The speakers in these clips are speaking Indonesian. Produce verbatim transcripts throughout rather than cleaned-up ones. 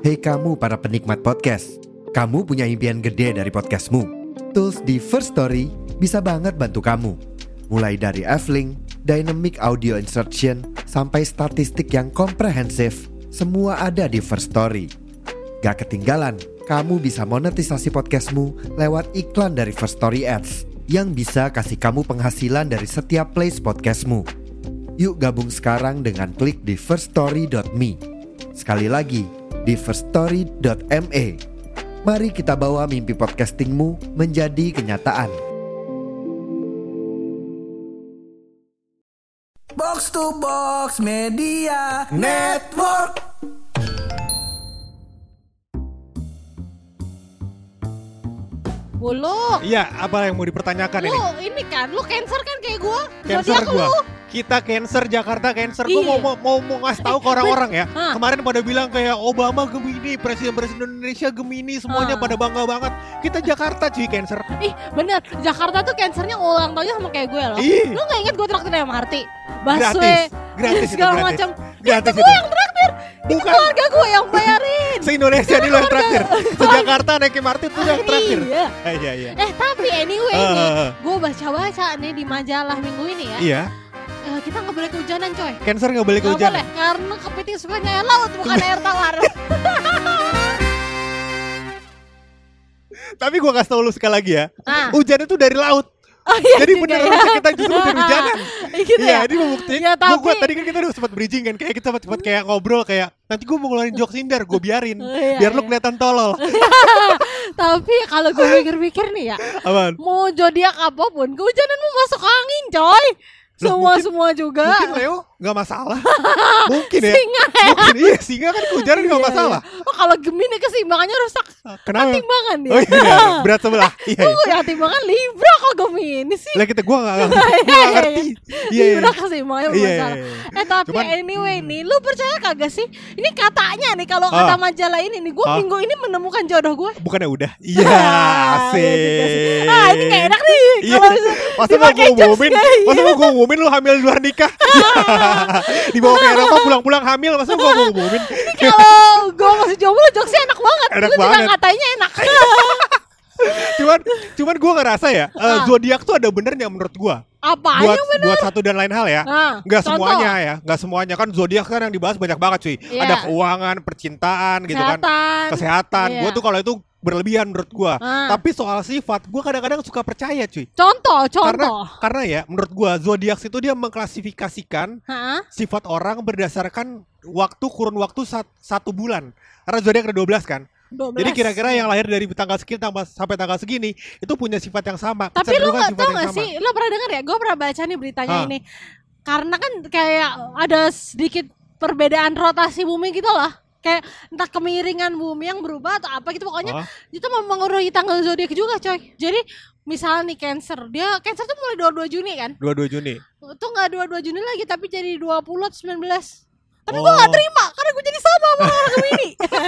Hei kamu para penikmat podcast, kamu punya impian gede dari podcastmu. Tools di First Story bisa banget bantu kamu. Mulai dari F-Link, Dynamic Audio Insertion, sampai statistik yang komprehensif, semua ada di First Story. Gak ketinggalan, kamu bisa monetisasi podcastmu lewat iklan dari First Story Ads yang bisa kasih kamu penghasilan dari setiap plays podcastmu. Yuk gabung sekarang dengan klik di first story dot me. Sekali lagi, di first story dot me. Mari kita bawa mimpi podcastingmu menjadi kenyataan. Box to Box Media Network. Buluk. Iya, apa yang mau dipertanyakan Lu ini? ini kan, lu cancer kan kayak gua. Cancer Zodiak gua. lu. Kita cancer, Jakarta cancer. Gua Iya. mau, mau mau mau ngasih tahu ke orang-orang ya. Hah. Kemarin pada bilang kayak Obama Gemini, presiden-presiden Indonesia Gemini, semuanya Hah. pada bangga banget. Kita Jakarta cuy cancer. Ih, bener. Jakarta tuh cancernya ulang tahunnya sama kayak gue loh. Ih. Lu enggak ingat gue traktir M R T? Gratis. Busway. Gratis itu, segala gratis. macam. Gratis Itu itu. gue yang traktir. Itu Bukan. keluarga gue yang bayarin. Se-Indonesia nih lo yang traktir. Se-Jakarta naik M R T tuh yang traktir. Iya. Eh, iya, iya. Eh tapi anyway Ah, nih, ah, ah. gue baca-baca nih di majalah minggu ini ya. Iya, Eh, kita nggak boleh kehujanan coy. cancer nggak boleh Nggak kehujanan. boleh karena kepiting sukanya air laut bukan air tawar. Tapi gua kasih tau lu sekali lagi ya. Ah. Hujan itu dari laut. Oh, iya Jadi juga bener ya. harusnya kita justru dari hujanan. Gitu Iya, ya. ini membuktikan. Ya, Gua, gua tapi- tadi kan kita udah sempat bridging kan, kayak kita sempat kayak ngobrol kayak nanti gua mau ngeluarin jokes Indar, gua biarin, Oh, iya, biar lu iya. kelihatan tolol. Tapi kalau gue pikir-pikir nih ya, Apaan? mau zodiak apapun, kehujanan mau masuk angin, coy. Loh, Semua mungkin- semua juga. Mungkin Leo nggak masalah. Mungkin ya. Singa ya. Mungkin iya, singa kan kehujanan nggak Iya, masalah. iya. Oh, kalau Gemini keseimbangannya rusak. Kenapa? Timbangan dia. Oh iya, berat sebelah. Iya. iya. Oh ya timbangan Libra kok Gemini sih. Lah kita gua nggak ngerti. Iya, Gua nggak iya, ngerti. Iya. Libra keseimbangannya Iya, bermasalah. iya, iya. Eh tapi Cuman- anyway nih, lu percaya kagak sih? Ini katanya nih kalau Ah. kata majalah ini nih, gue Ah. minggu ini menemukan jodoh gue. Bukannya udah? Iya, Ah, iya juga sih. asik. Ah ini gak enak nih. Iya. Kalau bisa Masa mau dipakai gue jokes umumin? kayak Masa iya. mau gue umumin lu hamil di luar nikah? Dibawa ke Eropa pulang-pulang hamil, masa gue mau umumin? Kalau gue masih jomblo jokesnya enak banget. Enak Lu juga banget. katanya enak. Cuman, cuman gue ngerasa ya, eh, Ah. zodiak tuh ada benernya menurut gue. Apaan Buat yang bener? buat satu dan lain hal ya. Nah, Nggak contoh. semuanya ya, nggak semuanya kan zodiak kan yang dibahas banyak banget cuy. Iya. Ada keuangan, percintaan gitu kan, Kesehatan. kesehatan. Iya. Gue tuh kalau itu berlebihan menurut gue. Ah. Tapi soal sifat, gue kadang-kadang suka percaya cuy. Contoh, Karena contoh. karena ya menurut gue zodiak itu dia mengklasifikasikan Hah? sifat orang berdasarkan waktu kurun waktu sat- satu bulan. Karena zodiak ada dua belas kan. dua belas. Jadi kira-kira yang lahir dari tanggal sekian tambah- sampai tanggal segini itu punya sifat yang sama. Tapi lu kecenderungan gak sifat tau yang gak sama. sih, lu pernah denger ya, gue pernah baca nih beritanya Ah. ini. Karena kan kayak ada sedikit perbedaan rotasi bumi gitu loh. Kayak entah kemiringan bumi yang berubah atau apa gitu. Pokoknya Oh. itu mempengaruhi tanggal zodiak juga coy. Jadi misalnya nih Cancer, dia Cancer tuh mulai dua puluh dua Juni kan. dua puluh dua Juni. Itu gak dua puluh dua Juni lagi tapi jadi dua puluh atau sembilan belas. Tapi Oh. gue gak terima karena gue jadi sama sama orang Gemini.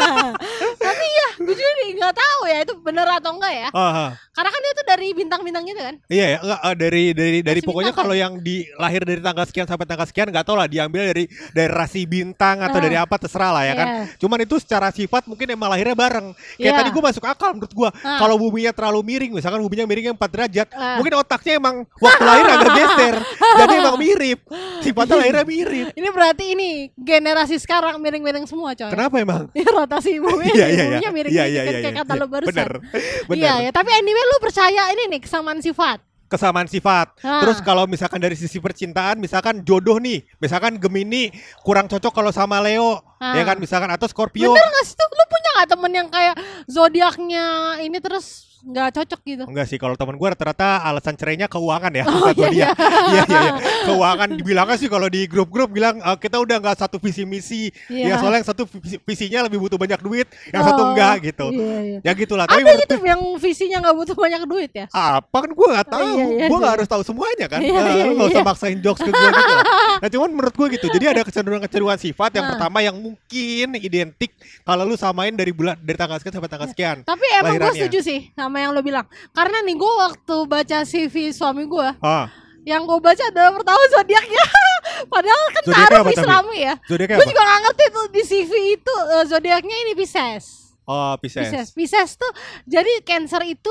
Tapi ya gue jadi gak tahu ya itu bener atau enggak ya. Ah, ah. Karena kan dia tuh dari bintang-bintang gitu kan. Iya ya, enggak, eh, dari dari dari Rasi pokoknya bintang kalau yang di lahir dari tanggal sekian sampai tanggal sekian nggak tahu lah diambil dari dari rasi bintang atau Ah. dari apa terserah lah ya kan. Iya. Cuman itu secara sifat mungkin emang lahirnya bareng. Kayak Iya. tadi gue masuk akal menurut gue. Ah. Kalau buminya terlalu miring, misalkan buminya miringnya empat derajat, Ah. mungkin otaknya emang waktu lahir agak geser. Jadi emang mirip. Sifatnya lahirnya mirip. Ini berarti ini generasi sekarang miring-miring semua coy. Kenapa emang? Ya, rotasi bumi, Iya iya iya. buminya miring Iya dikit iya kan, iya. kayak iya. kata lo barusan. Bener. Bener. Iya ya, tapi anyway lu percaya ini nih kesamaan sifat. Kesamaan sifat. Ah. Terus kalau misalkan dari sisi percintaan, misalkan jodoh nih, misalkan Gemini kurang cocok kalau sama Leo, Ah. ya kan misalkan atau Scorpio. Bener gak sih tuh? Lu punya gak temen yang kayak zodiaknya ini terus gak cocok gitu? Enggak sih, kalau teman gue rata-rata alasan cerainya keuangan ya, Oh, bukan iya, dia. Iya iya iya. Keuangan dibilangnya sih kalau di grup-grup bilang "Eh, kita udah nggak satu visi misi. Iya. Ya soalnya yang satu visi- visinya lebih butuh banyak duit, yang Oh, satu enggak gitu. Iya, iya. Ya gitulah. Tapi Ada menurut gitu yang visinya gak butuh banyak duit ya? apa kan gue nggak tahu, Iya, iya, gue nggak iya. harus tahu semuanya kan. Iya, Eh, iya, lu nggak usah iya. maksain jokes ke gue gitu. Nah cuman menurut gue gitu. Jadi ada kecenderungan-kecenderungan sifat yang Ah. pertama yang mungkin identik kalau lu samain dari bulan dari tanggal sekian sampai tanggal sekian. Tapi emang gue lahirannya. setuju sih sama yang lo bilang. Karena nih gue waktu baca C V suami gue, Ah, yang gue baca adalah pertama zodiaknya. Padahal kan Zodiaknya taruh apa tapi? Islami ya. Zodiaknya Gue apa? juga gak ngerti tuh di C V itu uh, zodiaknya ini Pisces. Oh, Pisces. Pisces. Pisces tuh jadi Cancer itu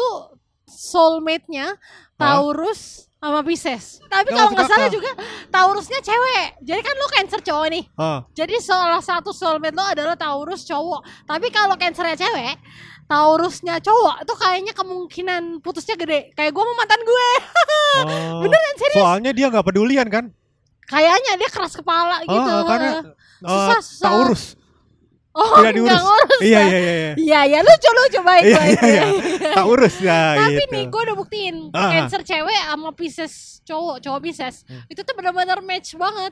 soulmate-nya Taurus sama Pisces. Tapi Nggak kalau masuk nggak salah akal. juga Taurusnya cewek. Jadi kan lu Cancer cowok nih. Oh. Jadi salah satu soulmate lo adalah Taurus cowok. Tapi kalau Cancernya cewek, Taurusnya cowok tuh kayaknya kemungkinan putusnya gede. Kayak gue sama mantan gue. Oh. Beneran serius. Soalnya dia nggak pedulian kan? Kayaknya dia keras kepala gitu. Oh, karena Susah, uh, susah. Taurus. Oh, Tidak diurus. nggak ngurus. Iya, iya, iya, iya. Iya, ya lucu lucu baik Iya, baik. iya, iya. Taurus ya Tapi gitu. nih gue udah buktiin Ah. Cancer cewek sama Pisces cowok, cowok Pisces itu tuh benar-benar match banget.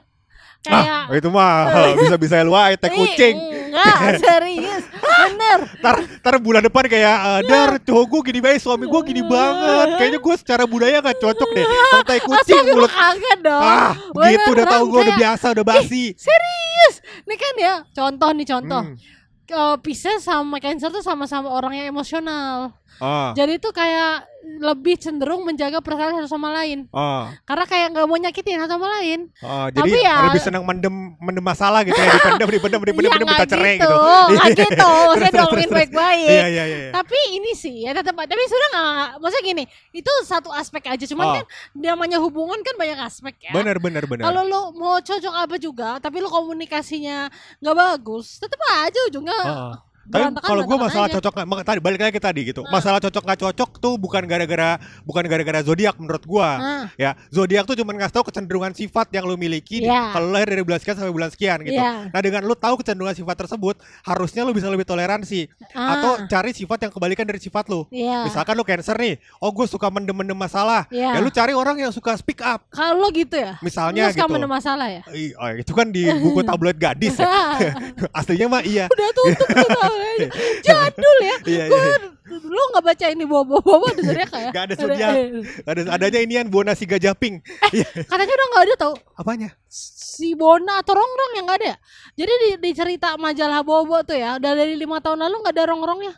Ah, Kayak itu mah bisa-bisa lu aja teh Ih, kucing. enggak, serius. Bener. Tar, tar bulan depan kayak uh, dar cowok gue gini banget, suami gue gini banget. Kayaknya gue secara budaya gak cocok deh. Sama tai kucing Tapi mulut. gue kaget dong. Ah, begitu udah tahu gue udah Beneran, biasa, udah basi. kayak, serius. Nih kan ya, contoh nih contoh. Hmm. Uh, Pisces sama Cancer tuh sama-sama orang yang emosional. Ah, Jadi tuh kayak lebih cenderung menjaga perasaan satu sama lain. ah, Karena kayak nggak mau nyakitin satu sama lain. ah. Tapi Jadi ya- lebih senang mendem mendem masalah gitu ya, dipendem dipendem dipendem Iya dipendem nggak minta cerai gitu, gitu. nggak gitu. Terus, Saya terus, doain terus. baik-baik. Iya iya iya. Tapi ini sih ya tetap, tapi sudah nggak, maksudnya gini, itu satu aspek aja. Cuman Oh. kan namanya hubungan kan banyak aspek ya. Benar benar benar. Kalau lo mau cocok apa juga, tapi lo komunikasinya nggak bagus, tetap aja ujungnya Ah. Tapi berantakan, kalau gue berantakan masalah aja. cocok nggak- tadi balik lagi ke tadi gitu. Ah. Masalah cocok nggak cocok tuh bukan gara-gara bukan gara-gara zodiak menurut gue. Ah. Ya, zodiak tuh cuma ngasih tahu kecenderungan sifat yang lu miliki di- Iya. kalau lahir dari bulan sekian sampai bulan sekian gitu. Iya. Nah, dengan lu tahu kecenderungan sifat tersebut, harusnya lu bisa lebih toleransi Ah. atau cari sifat yang kebalikan dari sifat lu. Iya. Misalkan lu Cancer nih, oh gue suka mendem-mendem masalah. Iya. Ya lu cari orang yang suka speak up. Kalau gitu ya, Misalnya lo suka gitu. mendem masalah ya. Ih, oh, itu kan di buku tabloid gadis ya. Aslinya mah iya. Udah tutup tuh namanya. Jadul ya. Iya, Gue iya. lo nggak baca ini bobo-bobo ada zodiak ya? Gak ada zodiak. Ada adanya inian Bona si gajah pink. Iya. Katanya udah nggak ada tau. Apanya? Si Bona atau Rongrong yang nggak ada ya? Jadi di, di cerita majalah Bobo tuh ya, udah dari lima tahun lalu nggak ada Rongrongnya.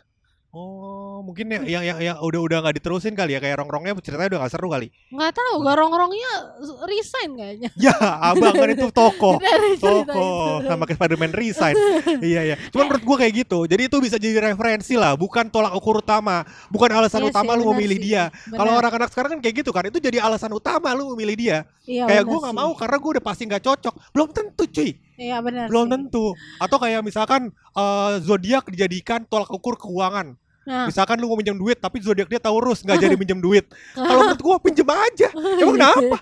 Oh, mungkin ya yang yang, yang udah udah nggak diterusin kali ya, kayak rong-rongnya ceritanya udah nggak seru kali. Nggak tahu, gak Rongrongnya resign kayaknya. Ya, abang kan itu tokoh. Dari cerita Tokoh itu. sama kayak Spider-Man resign. Iya iya. Cuman menurut gua kayak gitu. Jadi itu bisa jadi referensi lah, bukan tolak ukur utama, bukan alasan Iya utama sih, lu benar memilih sih. dia. Benar. Kalau orang anak sekarang kan kayak gitu kan, itu jadi alasan utama lu memilih dia. Iya, Kayak benar gua nggak sih. mau karena gua udah pasti nggak cocok. Belum tentu cuy. Iya benar. Belum sih. tentu. Atau kayak misalkan eh, zodiak dijadikan tolak ukur keuangan. Nah, Misalkan lu mau minjem duit tapi zodiak dia Taurus, nggak jadi minjem duit. Kalau menurut gua pinjem aja. Emang kenapa?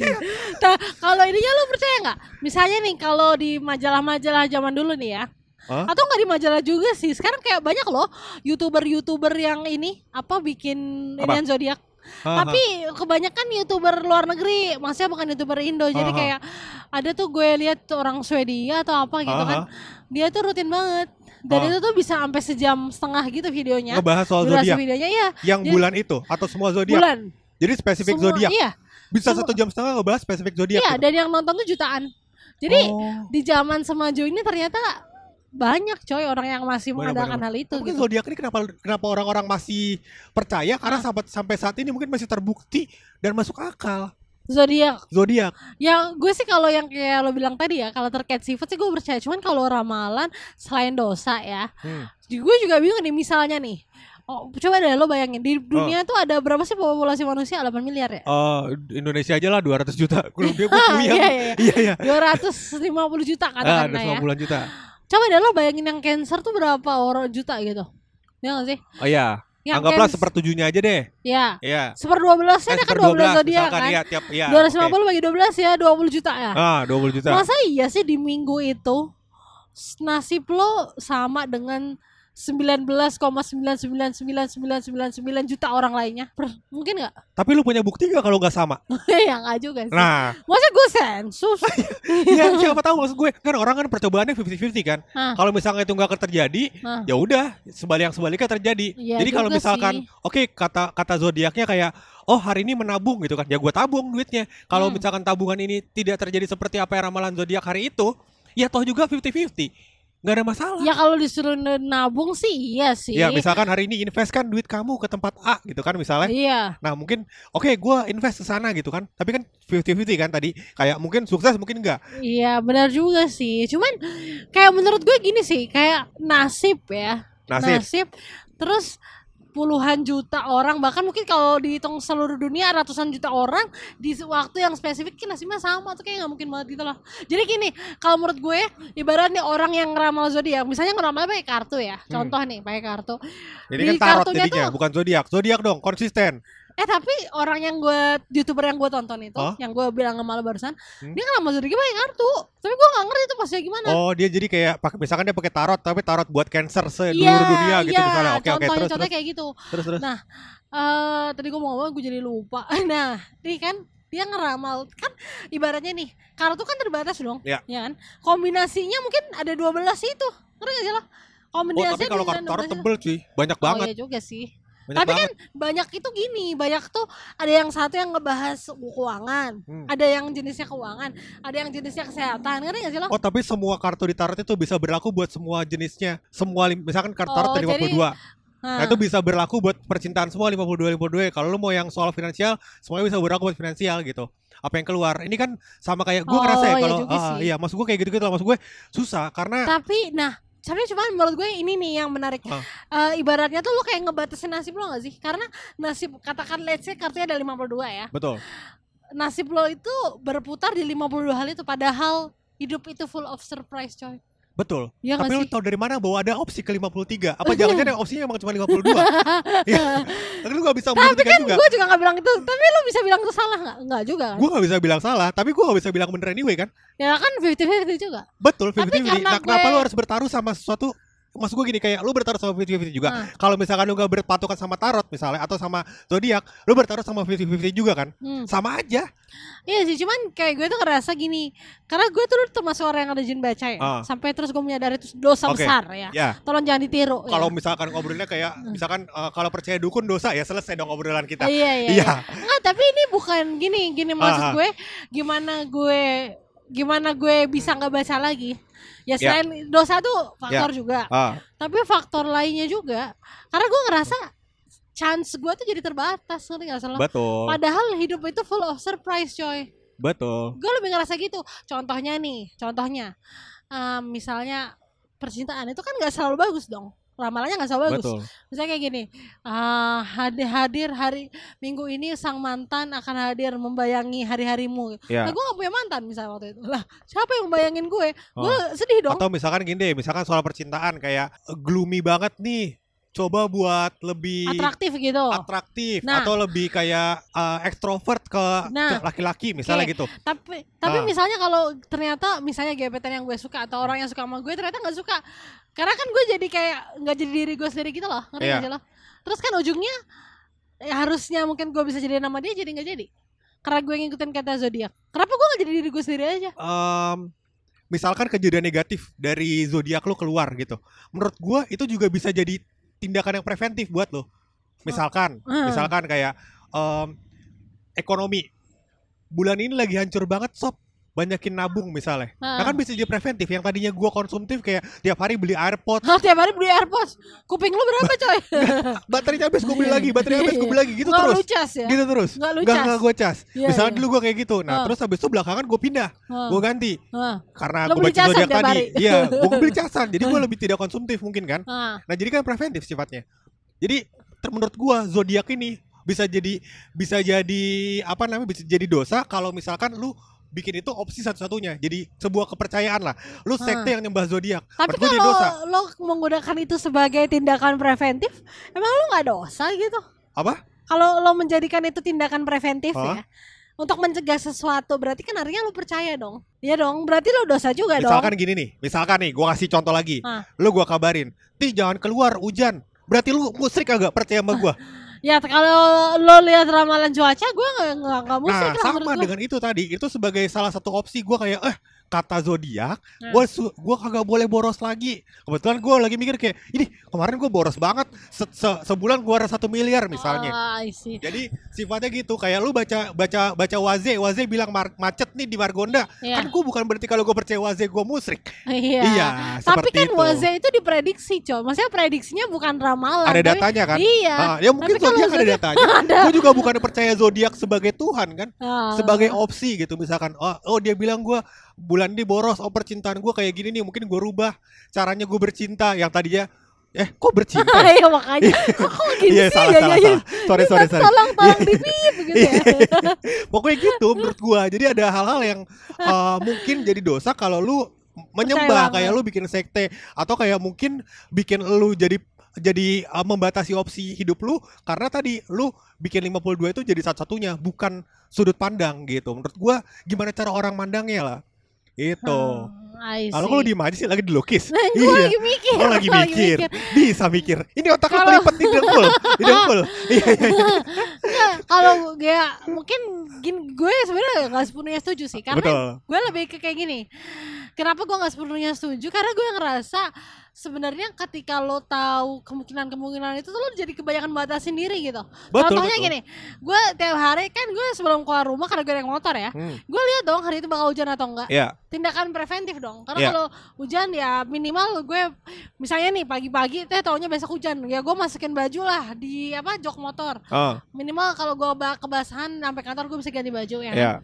Nah, kalau ininya lo percaya nggak? Misalnya nih kalau di majalah-majalah zaman dulu nih ya, Hah? atau nggak di majalah juga sih. Sekarang kayak banyak loh youtuber-youtuber yang ini apa bikin Apa? inian zodiak. Haha. Tapi kebanyakan youtuber luar negeri, maksudnya bukan youtuber Indo. Jadi Aha. kayak ada tuh gue lihat tuh orang Swedia atau apa gitu kan, Aha. dia tuh rutin banget. Dan Ah. itu tuh bisa sampai sejam setengah gitu videonya. Ngebahas soal Durasi zodiak. videonya iya. Yang Jadi- bulan itu atau semua zodiak? Bulan. Jadi spesifik Semua, zodiak. Iya. Bisa Semua- satu jam setengah ngebahas spesifik zodiak. Iya, gitu. dan yang nonton tuh jutaan. Jadi Oh. di zaman semaju ini ternyata banyak coy orang yang masih Benar, mengadakan benar. hal itu Mungkin gitu. zodiak ini kenapa kenapa orang-orang masih percaya karena Ah. sampai sampai saat ini mungkin masih terbukti dan masuk akal. Zodiak. Zodiak. Ya gue sih kalau yang kayak lo bilang tadi ya, kalau terkait sifat sih gue percaya. Cuman kalau ramalan selain dosa ya, Hmm. gue juga bingung nih misalnya nih. Oh, coba deh lo bayangin di dunia tuh ada berapa sih populasi manusia? delapan miliar ya? Oh, Indonesia aja lah dua ratus juta. Gue dia gue Ah, puyeng. iya, iya. Iya iya. dua ratus lima puluh juta Ah, katakanlah ada ya. sembilan puluh juta. Coba deh lo bayangin yang cancer tuh berapa orang juta gitu. Ya gak sih? Oh iya. Yang Anggaplah cancer- sepertujuhnya aja deh. Ya. Iya. Seper dua belasnya Eh, kan seper dua belas zodiak misalkan, kan. iya, tiap iya. dua ratus lima oke. puluh bagi dua belas ya dua puluh juta ya. Ah, dua puluh juta. Masa iya sih di minggu itu s- nasib lo sama dengan sembilan belas koma sembilan sembilan sembilan sembilan sembilan sembilan juta orang lainnya? Per- mungkin nggak? Tapi lu punya bukti gak kalau nggak sama? Ya nggak juga sih. Nah, Masa gue sensus? ya siapa tahu maksud gue kan orang kan percobaannya fifty fifty kan. Hah. Kalau misalnya itu nggak terjadi, Hah. ya udah sebalik yang sebaliknya terjadi. Iya Jadi kalau juga misalkan, sih. oke kata kata zodiaknya kayak, oh hari ini menabung gitu kan, ya gue tabung duitnya. Kalau Hmm. misalkan tabungan ini tidak terjadi seperti apa yang ramalan zodiak hari itu, ya toh juga fifty fifty. Nggak ada masalah. Ya kalau disuruh nabung sih iya sih. Ya misalkan hari ini investkan duit kamu ke tempat A gitu kan misalnya. Iya. Nah mungkin oke okay, gue invest ke sana gitu kan. Tapi kan fifty fifty kan tadi. Kayak mungkin sukses mungkin enggak. Iya benar juga sih. Cuman kayak menurut gue gini sih. Kayak nasib ya. Nasib. Nasib. Terus puluhan juta orang, bahkan mungkin kalau dihitung seluruh dunia ratusan juta orang di waktu yang spesifik kan nasibnya sama tuh, kayak nggak mungkin banget gitu loh. Jadi gini, kalau menurut gue ibaratnya orang yang ngeramal zodiak, misalnya ngeramal pakai kartu ya, contoh hmm. nih pakai kartu. Ini di kan tarot kartunya jadinya, tuh, bukan zodiak. Zodiak dong, konsisten. Eh tapi orang yang gue, youtuber yang gue tonton itu, huh? yang gue bilang ngeramal barusan, hmm? dia ngeramal zodiak pakai kartu. Tapi gue nggak ngerti itu pasnya gimana. Oh dia jadi kayak misalkan dia pakai tarot, tapi tarot buat cancer seluruh yeah, dunia gitu yeah, misalnya. Oke oke terus contohnya terus. kayak gitu. Terus terus. Nah, uh, tadi gue mau ngomong gue jadi lupa. Nah, ini kan dia ngeramal kan ibaratnya nih, kartu kan terbatas dong, ya, ya kan? Kombinasinya mungkin ada dua belas itu. Ngerti gak sih lo? Kombinasinya. Oh, tapi kalau kartu tarot tebel cuy, banyak banget. Oh iya juga sih. Banyak tapi banget. Kan banyak itu gini, banyak tuh ada yang satu yang ngebahas keuangan, hmm. ada yang jenisnya keuangan, ada yang jenisnya kesehatan, ngerti gak sih lo? Oh tapi semua kartu di tarot itu bisa berlaku buat semua jenisnya, semua misalkan kartu tarot oh, lima puluh dua. Nah, nah itu bisa berlaku buat percintaan semua lima puluh dua lima puluh dua. Kalau lu mau yang soal finansial, semuanya bisa berlaku buat finansial gitu. Apa yang keluar? Ini kan sama kayak gue oh, ngerasa ya kalau iya, ah, iya maksud gue kayak gitu-gitu lah, maksud gue susah karena. Tapi nah tapi cuman menurut gue ini nih yang menarik. huh. uh, Ibaratnya tuh lo kayak ngebatasin nasib lo gak sih? Karena nasib, katakan let's say kartunya ada lima puluh dua ya. Betul. Nasib lo itu berputar di lima puluh dua hal itu. Padahal hidup itu full of surprise coy. Betul, ya, tapi lu tau dari mana bahwa ada opsi ke lima puluh tiga? Apa jangan-jangan opsinya emang cuma lima puluh dua? Ya, tapi lu gak bisa membuktikan juga. Tapi kan gue juga gak bilang itu. Tapi lu bisa bilang itu salah gak? Enggak juga kan? Gue gak bisa bilang salah, tapi gue gak bisa bilang bener anyway kan? Ya kan fifty fifty juga. Betul, fifty fifty. Nah, gue... kenapa lu harus bertaruh sama sesuatu? Maksud gue gini, kayak lu bertaruh sama fifty fifty juga. hmm. Kalau misalkan lu gak berpatokan sama tarot misalnya, atau sama zodiak, lu bertaruh sama fifty fifty juga kan? hmm. Sama aja. Iya sih, cuman kayak gue tuh ngerasa gini, karena gue tuh termasuk orang yang ada jin baca ya, uh. sampai terus gue menyadari itu dosa okay. besar ya. yeah. Tolong jangan ditiru. Kalau ya. misalkan ngobrolnya kayak misalkan uh, kalau percaya dukun dosa, ya selesai dong obrolan kita. Iya iya, iya. Enggak, tapi ini bukan gini gini maksud uh. gue, gimana gue gimana gue bisa nggak baca lagi. Ya selain yeah. dosa tuh faktor yeah. juga, uh. tapi faktor lainnya juga, karena gue ngerasa chance gue tuh jadi terbatas, ngerti gak salah? Betul. Padahal hidup itu full of surprise coy. Betul. Gue lebih ngerasa gitu. Contohnya nih, contohnya, um, misalnya percintaan itu kan nggak selalu bagus dong. Ramalannya nggak selalu bagus. Betul. Misalnya kayak gini, uh, hadir hadir hari minggu ini sang mantan akan hadir membayangi hari-harimu. Ya. Nah gue nggak punya mantan misalnya waktu itu. Lah siapa yang membayangin gue? Oh. Gue sedih dong. Atau misalkan gini deh, misalkan soal percintaan kayak gloomy banget nih. Coba buat lebih atraktif gitu. Atraktif nah. Atau lebih kayak uh, ekstrovert ke, nah. ke laki-laki misalnya okay. gitu. Tapi tapi uh. misalnya kalau ternyata misalnya gebetan yang gue suka atau orang yang suka sama gue ternyata nggak suka. Karena kan gue jadi kayak nggak jadi diri gue sendiri gitu loh, ngerti yeah. aja loh. Terus kan ujungnya ya harusnya mungkin gue bisa jadi nama dia, jadi nggak jadi. Karena gue ngikutin kata zodiak. Kenapa gue nggak jadi diri gue sendiri aja? Um, misalkan kejadian negatif dari zodiak lo keluar gitu. Menurut gue itu juga bisa jadi tindakan yang preventif buat lo. Misalkan, uh. misalkan kayak um, ekonomi. Bulan ini lagi hancur banget sob. Banyakin nabung misalnya. Nah, nah kan bisa jadi preventif. Yang tadinya gue konsumtif kayak tiap hari beli AirPods. Hah, tiap hari beli AirPods? Kuping lu berapa coy? Baterainya habis gue beli lagi. Baterainya habis gue beli lagi. Gitu nggak terus. Lu cas ya? Gitu terus. Nggak lu cas. Nggak, nggak gue cas. Ya, misalnya ya. dulu gue kayak gitu. Nah uh. terus habis itu belakangan gue pindah. Uh. Gue ganti. Uh. Karena gue baca zodiak tadi. Iya, gue beli casan. Jadi gue lebih tidak konsumtif mungkin kan. Uh. Nah jadi kan preventif sifatnya. Jadi menurut gue zodiak ini bisa jadi bisa jadi apa namanya bisa jadi dosa kalau misalkan lu bikin itu opsi satu-satunya. Jadi sebuah kepercayaan lah. Lu sekte yang nyembah zodiak. Tapi kalau lo menggunakan itu sebagai tindakan preventif, emang lu gak dosa gitu? Apa? Kalau lo menjadikan itu tindakan preventif huh? ya, untuk mencegah sesuatu, berarti kan artinya lo percaya dong. Iya dong, berarti lo dosa juga misalkan dong. Misalkan gini nih, misalkan nih, gua kasih contoh lagi. Huh? Lu gua kabarin, Ti jangan keluar hujan. Berarti lu musyrik agak percaya sama gua? Ya kalau lo lihat ramalan cuaca, gue nggak nggak nggak musik nah, lah. Sama dengan itu tadi, itu sebagai salah satu opsi gue kayak, eh kata zodiak, hmm. gue su- gue kagak boleh boros lagi. Kebetulan gue lagi mikir kayak ini kemarin gue boros banget, se- se- sebulan gue ada satu miliar misalnya. Oh, I see. Jadi sifatnya gitu, kayak lu baca baca baca Waze, Waze bilang mar- macet nih di Margonda, yeah. kan gue bukan berarti kalau gue percaya Waze gue musrik. Iya. Iya. Tapi kan itu. Waze itu diprediksi, coy. Maksudnya prediksinya bukan ramalan. Ada datanya kan? Iya. Nah, ya mungkin zodiak ada datanya. Gue juga bukan percaya zodiak sebagai Tuhan kan, oh. sebagai opsi gitu misalkan. Oh, oh dia bilang gue bulan ini boros, oh percintaan gue kayak gini nih, mungkin gue rubah caranya gue bercinta yang tadinya eh kok bercinta? Iya makanya kok, kok gini yeah, sih? Salah, Ya, salah, ya, salah. Sorry, sorry, sorry. Tolong, tolong dipip gitu ya. Pokoknya gitu menurut gue. Jadi ada hal-hal yang uh, mungkin jadi dosa kalau lu menyembah, kayak lu bikin sekte atau kayak mungkin bikin lu jadi jadi uh, membatasi opsi hidup lu karena tadi lu bikin lima puluh dua itu jadi satu-satunya, bukan sudut pandang gitu. Menurut gua gimana cara orang mandangnya lah. Itu. Hmm, kalau lu diem aja sih lagi dilukis. Nah, gue iya. lagi mikir. Oh, lagi mikir. Bisa mikir. Ini otak lu kelipet di dengkul. Di dengkul. Iya iya iya. Kalau ya mungkin gini, gue sebenarnya enggak sepenuhnya setuju sih karena Betul. gue lebih ke kayak gini. Kenapa gue enggak sepenuhnya setuju? Karena gue ngerasa sebenarnya ketika lo tahu kemungkinan-kemungkinan itu tuh lo jadi kebanyakan batas sendiri gitu. Betul, Contohnya betul. gini, gue tiap hari kan gue sebelum keluar rumah karena gue naik motor ya, hmm. gue lihat dong hari itu bakal hujan atau enggak. Yeah. Tindakan preventif dong. Karena yeah. kalau hujan ya minimal gue misalnya nih pagi-pagi teh taunya besok hujan, ya gue masukin baju lah di apa jok motor. Oh. Minimal kalau gue kebasahan sampai kantor gue bisa ganti baju ya. Yeah.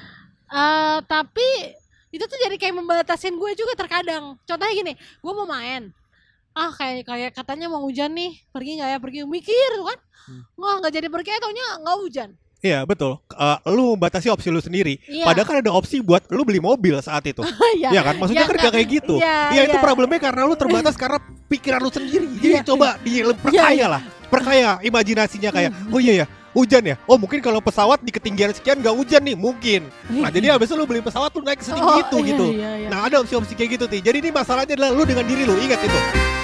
Uh, tapi itu tuh jadi kayak membatasin gue juga terkadang. Contohnya gini, gue mau main, ah kayak kayak katanya mau hujan nih, pergi nggak ya pergi, mikir tuh kan, nggak hmm. nggak jadi pergi, taunya nggak hujan. Iya betul, uh, lu membatasi opsi lu sendiri. Iya. Padahal kan ada opsi buat lu beli mobil saat itu. Iya ya kan, maksudnya ya, kan gak kayak gitu. Iya ya, itu ya. Problemnya karena lu terbatas karena pikiran lu sendiri. Jadi ya, coba diperkaya ya, lah, perkaya imajinasinya kayak, oh iya ya. Hujan ya? Oh mungkin kalau pesawat di ketinggian sekian gak hujan nih, mungkin. Nah jadi abis itu lu beli pesawat lu naik setinggi oh, itu iya, gitu iya, iya. Nah ada opsi-opsi kayak gitu Ti. Jadi ini masalahnya adalah lu dengan diri lu, ingat itu.